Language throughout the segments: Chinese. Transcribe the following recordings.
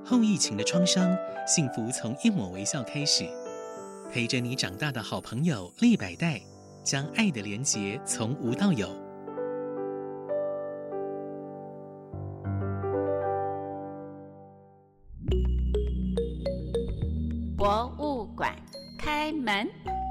后疫情的创伤，幸福从一抹微笑开始。陪着你长大的好朋友利百代，将爱的连结从无到有。 博物馆开门。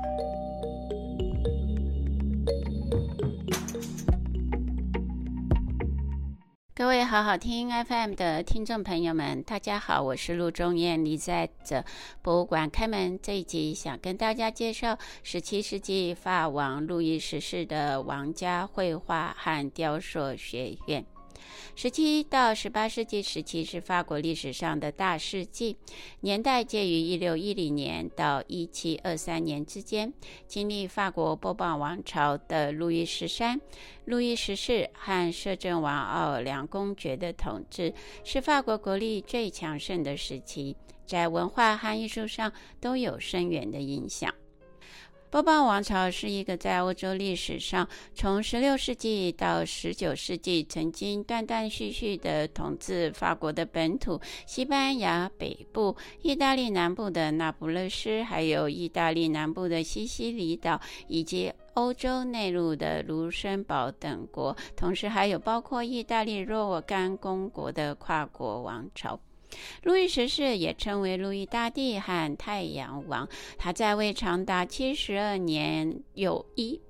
各位好好听 FM 的听众朋友们，大家好，我是陆中燕。你在这博物馆开门这一集，想跟大家介绍17世纪法王路易十四的王家绘画和雕塑学院。17到18世纪时期是法国历史上的大世纪，年代介于1610年到1723年之间，经历法国波旁王朝的路易13、路易14和摄政王奥尔良公爵的统治，是法国国力最强盛的时期，在文化和艺术上都有深远的影响。波旁王朝是一个在欧洲历史上从16世纪到19世纪曾经断断续续的统治法国的本土、西班牙北部、意大利南部的那不勒斯，还有意大利南部的西西里岛，以及欧洲内陆的卢森堡等国，同时还有包括意大利若干公国的跨国王朝。路易十四也称为路易大帝和太阳王，他在位长达72年又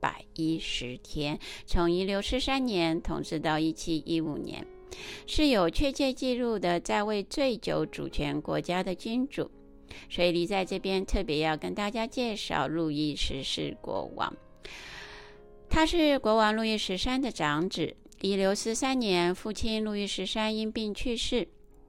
110天，从1643年统治到1715年，是有确切记录的在位最久主权国家的君主。所以你在这边特别要跟大家介绍路易十四国王。他是国王路易13的长子，1643年父亲路易13因病去世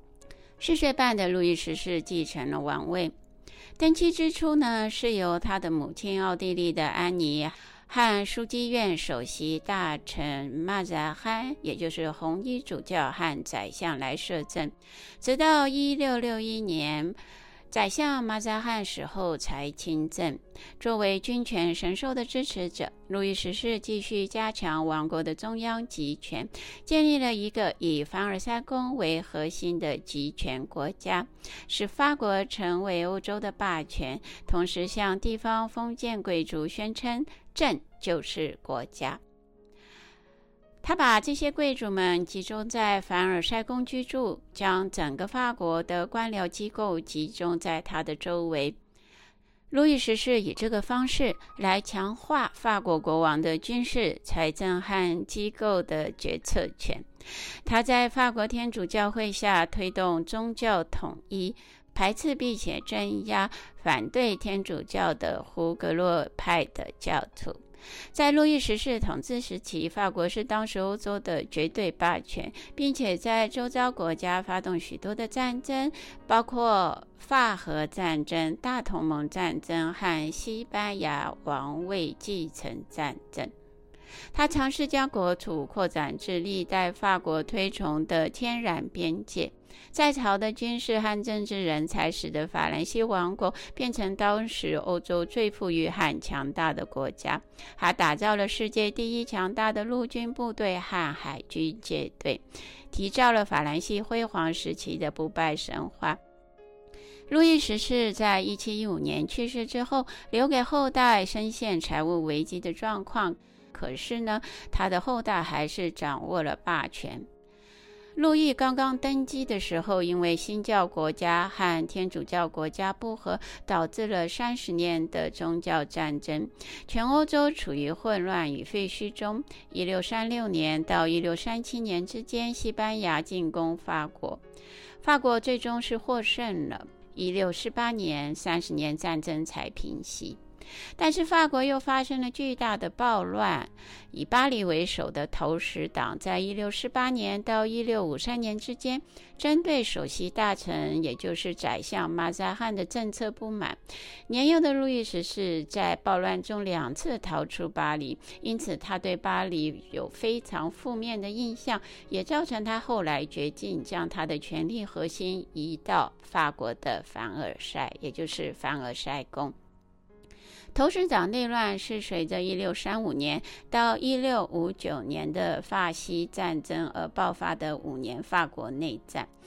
，4岁半的路易十四继承了王位。登基之初呢，是由他的母亲奥地利的安妮和枢机院首席大臣马扎罕，也就是红衣主教和宰相来摄政，直到1661年宰相马扎罕死后才亲政。作为君权神授的支持者，路易十四继续加强王国的中央集权，建立了一个以凡尔赛宫为核心的集权国家，使法国成为欧洲的霸权，同时向地方封建贵族宣称朕就是国家。他把这些贵族们集中在凡尔赛宫居住，将整个法国的官僚机构集中在他的周围。路易十四以这个方式来强化法国国王的军事、财政和机构的决策权。他在法国天主教会下推动宗教统一，排斥并且镇压反对天主教的胡格诺派的教徒。在路易十四统治时期，法国是当时欧洲的绝对霸权，并且在周遭国家发动许多的战争，包括法荷战争、大同盟战争和西班牙王位继承战争。他尝试将国土扩展至历代法国推崇的天然边界，在朝的军事和政治人才使得法兰西王国变成当时欧洲最富裕和强大的国家。他打造了世界第一强大的陆军部队和海军舰队，缔造了法兰西辉煌时期的不败神话。路易十四在1715年去世之后，留给后代深陷财务危机的状况，可是呢，他的后代还是掌握了霸权。路易刚刚登基的时候，因为新教国家和天主教国家不和，导致了30年的宗教战争，全欧洲处于混乱与废墟中。1636年到1637年之间，西班牙进攻法国，法国最终是获胜了。1648年30年战争才平息。但是法国又发生了巨大的暴乱，以巴黎为首的投石党在1648年到1653年之间，针对首席大臣也就是宰相马扎罕的政策不满。年幼的路易十四在暴乱中2次逃出巴黎，因此他对巴黎有非常负面的印象，也造成他后来决定将他的权力核心移到法国的凡尔赛，也就是凡尔赛宫。投石党内乱是随着1635年到1659年的法西战争而爆发的5年法国内战。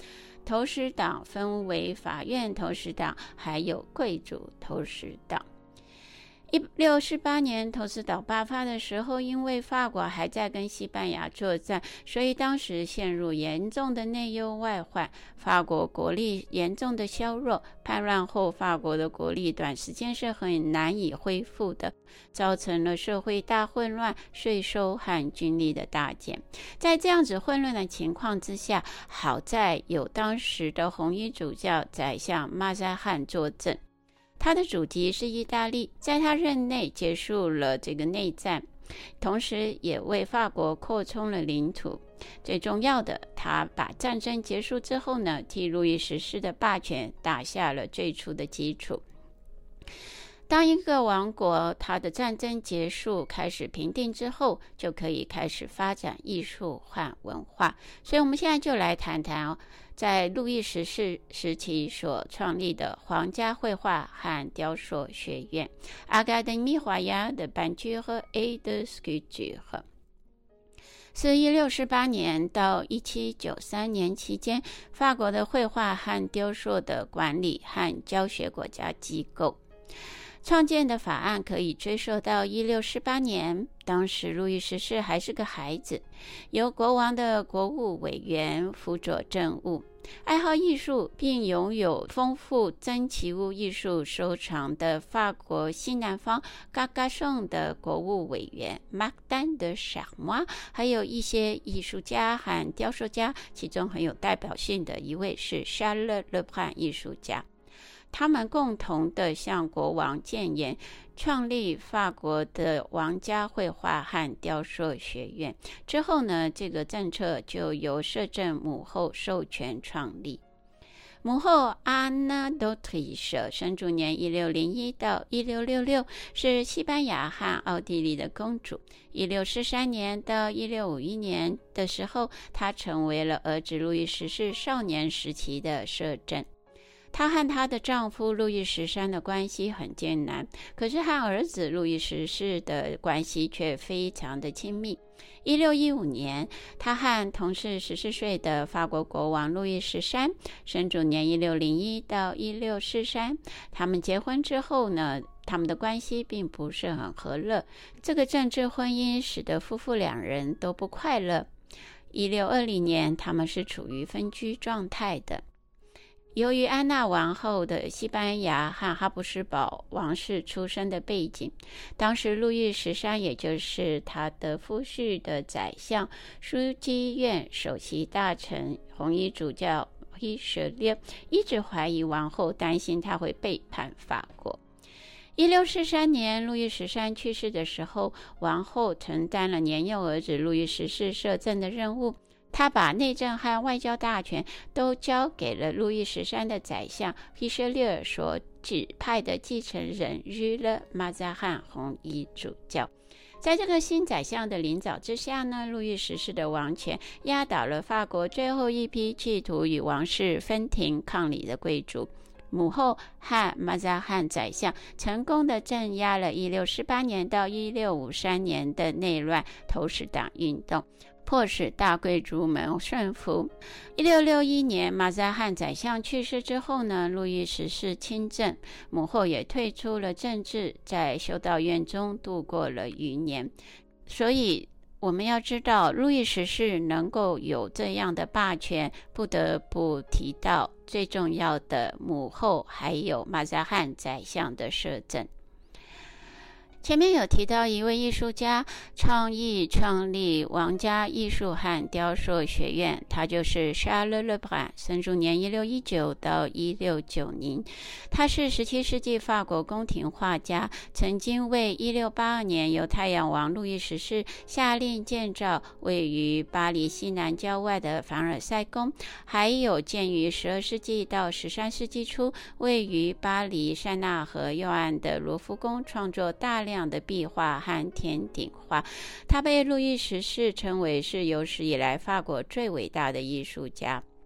投石党分为法院投石党还有贵族投石党。1648年投石党爆发的时候，因为法国还在跟西班牙作战，所以当时陷入严重的内忧外患，法国国力严重的削弱。叛乱后法国的国力短时间是很难以恢复的，造成了社会大混乱、税收和军力的大减。在这样子混乱的情况之下，好在有当时的红衣主教宰相马扎汉坐镇，他的祖籍是意大利，在他任内结束了这个内战，同时也为法国扩充了领土。最重要的，他把战争结束之后呢，替路易14的霸权打下了最初的基础。当一个王国它的战争结束开始平定之后，就可以开始发展艺术和文化。所以我们现在就来谈谈在路易14时期所创立的皇家绘画和雕塑学院 Académie Royale de Peinture et de Sculpture。是1648年到1793年期间，法国的绘画和雕塑的管理和教学国家机构。创建的法案可以追溯到1648年，当时路易14还是个孩子，由国王的国务委员辅佐政务。爱好艺术并拥有丰富珍奇物艺术收藏的法国西南方嘎嘎颂的国务委员 Martin de Charmois， 还有一些艺术家和雕塑家，其中很有代表性的一位是 Charles Lebrun 艺术家。他们共同的向国王建言，创立法国的王家绘画和雕塑学院。之后呢，这个政策就由摄政母后授权创立。母后安娜·多特舍生卒年1601到1666，是西班牙和奥地利的公主。1643年到1651年的时候，她成为了儿子路易14少年时期的摄政。她和她的丈夫路易13的关系很艰难，可是和儿子路易14的关系却非常的亲密。1615年，她和同是14岁的法国国王路易13，生卒年1601到1643。他们结婚之后呢，他们的关系并不是很和乐，这个政治婚姻使得夫妇两人都不快乐。1620年，他们是处于分居状态的。由于安娜王后的西班牙和哈布斯堡王室出身的背景，当时路易13，也就是他的夫婿的宰相、枢机院首席大臣红衣主教伊舍列，一直怀疑王后，担心他会背叛法国。1643年，路易13去世的时候，王后承担了年幼儿子路易14摄政的任务。他把内政和外交大权都交给了路易13的宰相希舍利尔所指派的继承人日勒马扎汉红衣主教。在这个新宰相的领导之下呢，路易14的王权压倒了法国最后一批企图与王室分庭抗礼的贵族。母后和马扎汉宰相成功地镇压了1648年到1653年的内乱投石党运动，迫使大贵族们顺服。1661年，马扎汉宰相去世之后呢，路易14亲政，母后也退出了政治，在修道院中度过了余年。所以我们要知道，路易14能够有这样的霸权，不得不提到最重要的母后还有马扎汉宰相的摄政。前面有提到一位艺术家创立王家艺术和雕塑学院，他就是 Charles Lebrun， 生卒年1619到1690。他是17世纪法国宫廷画家，曾经为1682年由太阳王路易14下令建造位于巴黎西南郊外的凡尔赛宫，还有建于12世纪到13世纪初位于巴黎塞纳河右岸的罗浮宫创作大量的壁画和天顶画。他被路易14称为是有史以来法国最伟大的艺术家。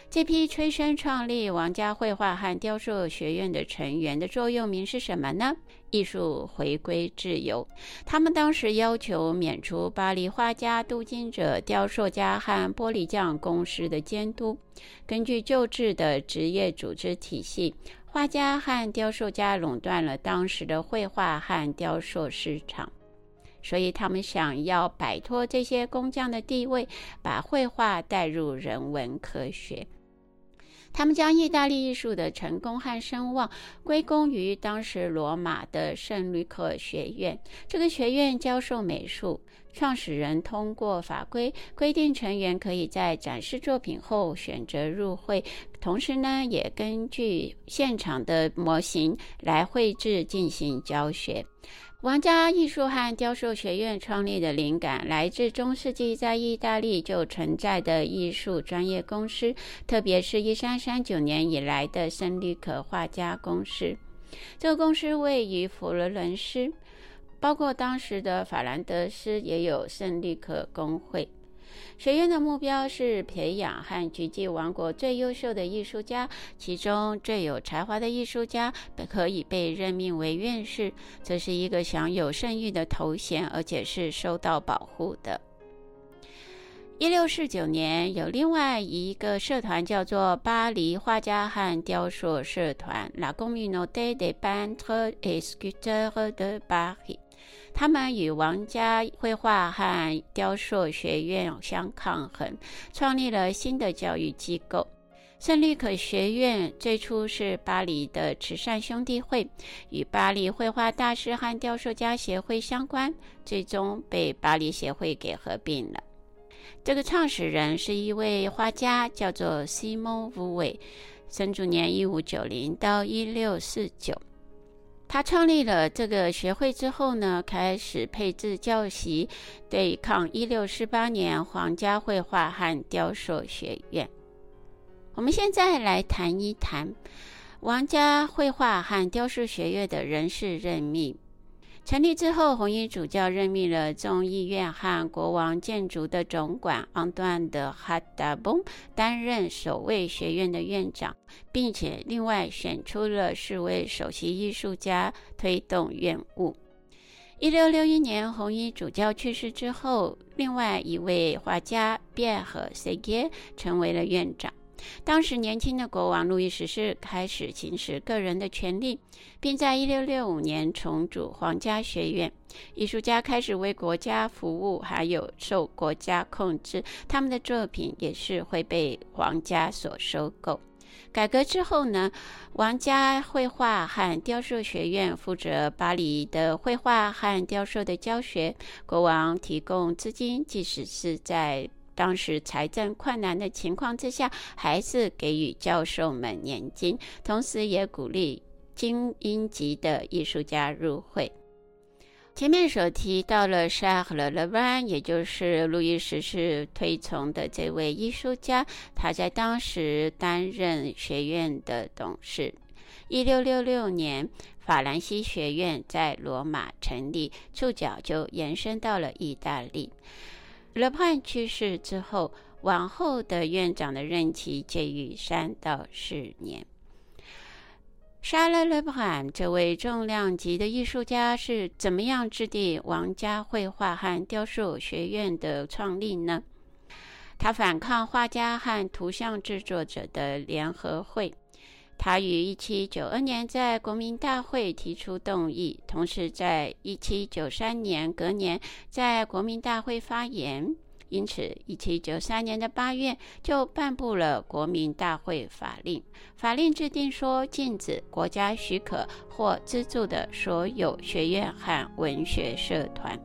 这批催生创立王家绘画和雕塑学院的成员的座右铭是什么呢？艺术回归自由。他们当时要求免除巴黎画家、镀金者、雕塑家和玻璃匠公司的监督。根据旧制的职业组织体系，画家和雕塑家垄断了当时的绘画和雕塑市场，所以他们想要摆脱这些工匠的地位，把绘画带入人文科学。他们将意大利艺术的成功和声望归功于当时罗马的圣吕克学院。这个学院教授美术，创始人通过法规规定成员可以在展示作品后选择入会，同时呢，也根据现场的模型来绘制进行教学。王家艺术和雕塑学院创立的灵感来自中世纪在意大利就存在的艺术专业公司，特别是1339年以来的圣吕可画家公司。这个公司位于佛罗伦斯，包括当时的法兰德斯也有圣吕可工会。学院的目标是培养和聚集王国最优秀的艺术家，其中最有才华的艺术家可以被任命为院士，这是一个享有盛誉的头衔，而且是受到保护的。1649年，有另外一个社团叫做巴黎画家和雕塑社团 La Communauté des Peintres et Sculpteurs de Paris。他们与王家绘画和雕塑学院相抗衡，创立了新的教育机构。圣吕可学院最初是巴黎的慈善兄弟会，与巴黎绘画大师和雕塑家协会相关，最终被巴黎协会给合并了。这个创始人是一位画家，叫做西蒙·乌韦，生卒年1590到1649。他创立了这个学会之后呢，开始配置教习，对抗1648年皇家绘画和雕塑学院。我们现在来谈一谈王家绘画和雕塑学院的人事任命。成立之后，红衣主教任命了众议院和国王建筑的总管昂端的哈达崩担任首位学院的院长，并且另外选出了4位首席艺术家推动院务。1661年，红衣主教去世之后，另外一位画家比尔和塞耶成为了院长。当时年轻的国王路易14开始行使个人的权利，并在1665年重组皇家学院。艺术家开始为国家服务，还有受国家控制，他们的作品也是会被皇家所收购。改革之后呢，王家绘画和雕塑学院负责巴黎的绘画和雕塑的教学，国王提供资金，即使是在当时财政困难的情况之下，还是给予教授们年金，同时也鼓励精英级的艺术家入会。前面所提到了沙赫勒勒班，也就是路易14推崇的这位艺术家，他在当时担任学院的董事。1666年，法兰西学院在罗马成立，触角就延伸到了意大利。勒潘去世之后，往后的院长的任期介于3到4年。沙勒勒潘这位重量级的艺术家是怎么样制定王家绘画和雕塑学院的创立呢？他反抗画家和图像制作者的联合会。他于1792年在国民大会提出动议，同时在1793年隔年在国民大会发言，因此1793年的8月就颁布了国民大会法令。法令制定说，禁止国家许可或资助的所有学院和文学社团。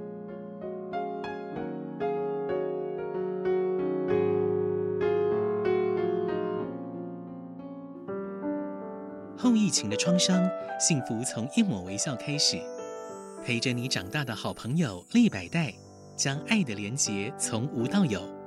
后疫情的创伤，幸福从一抹微笑开始。陪着你长大的好朋友利百代，将爱的连结从无到有。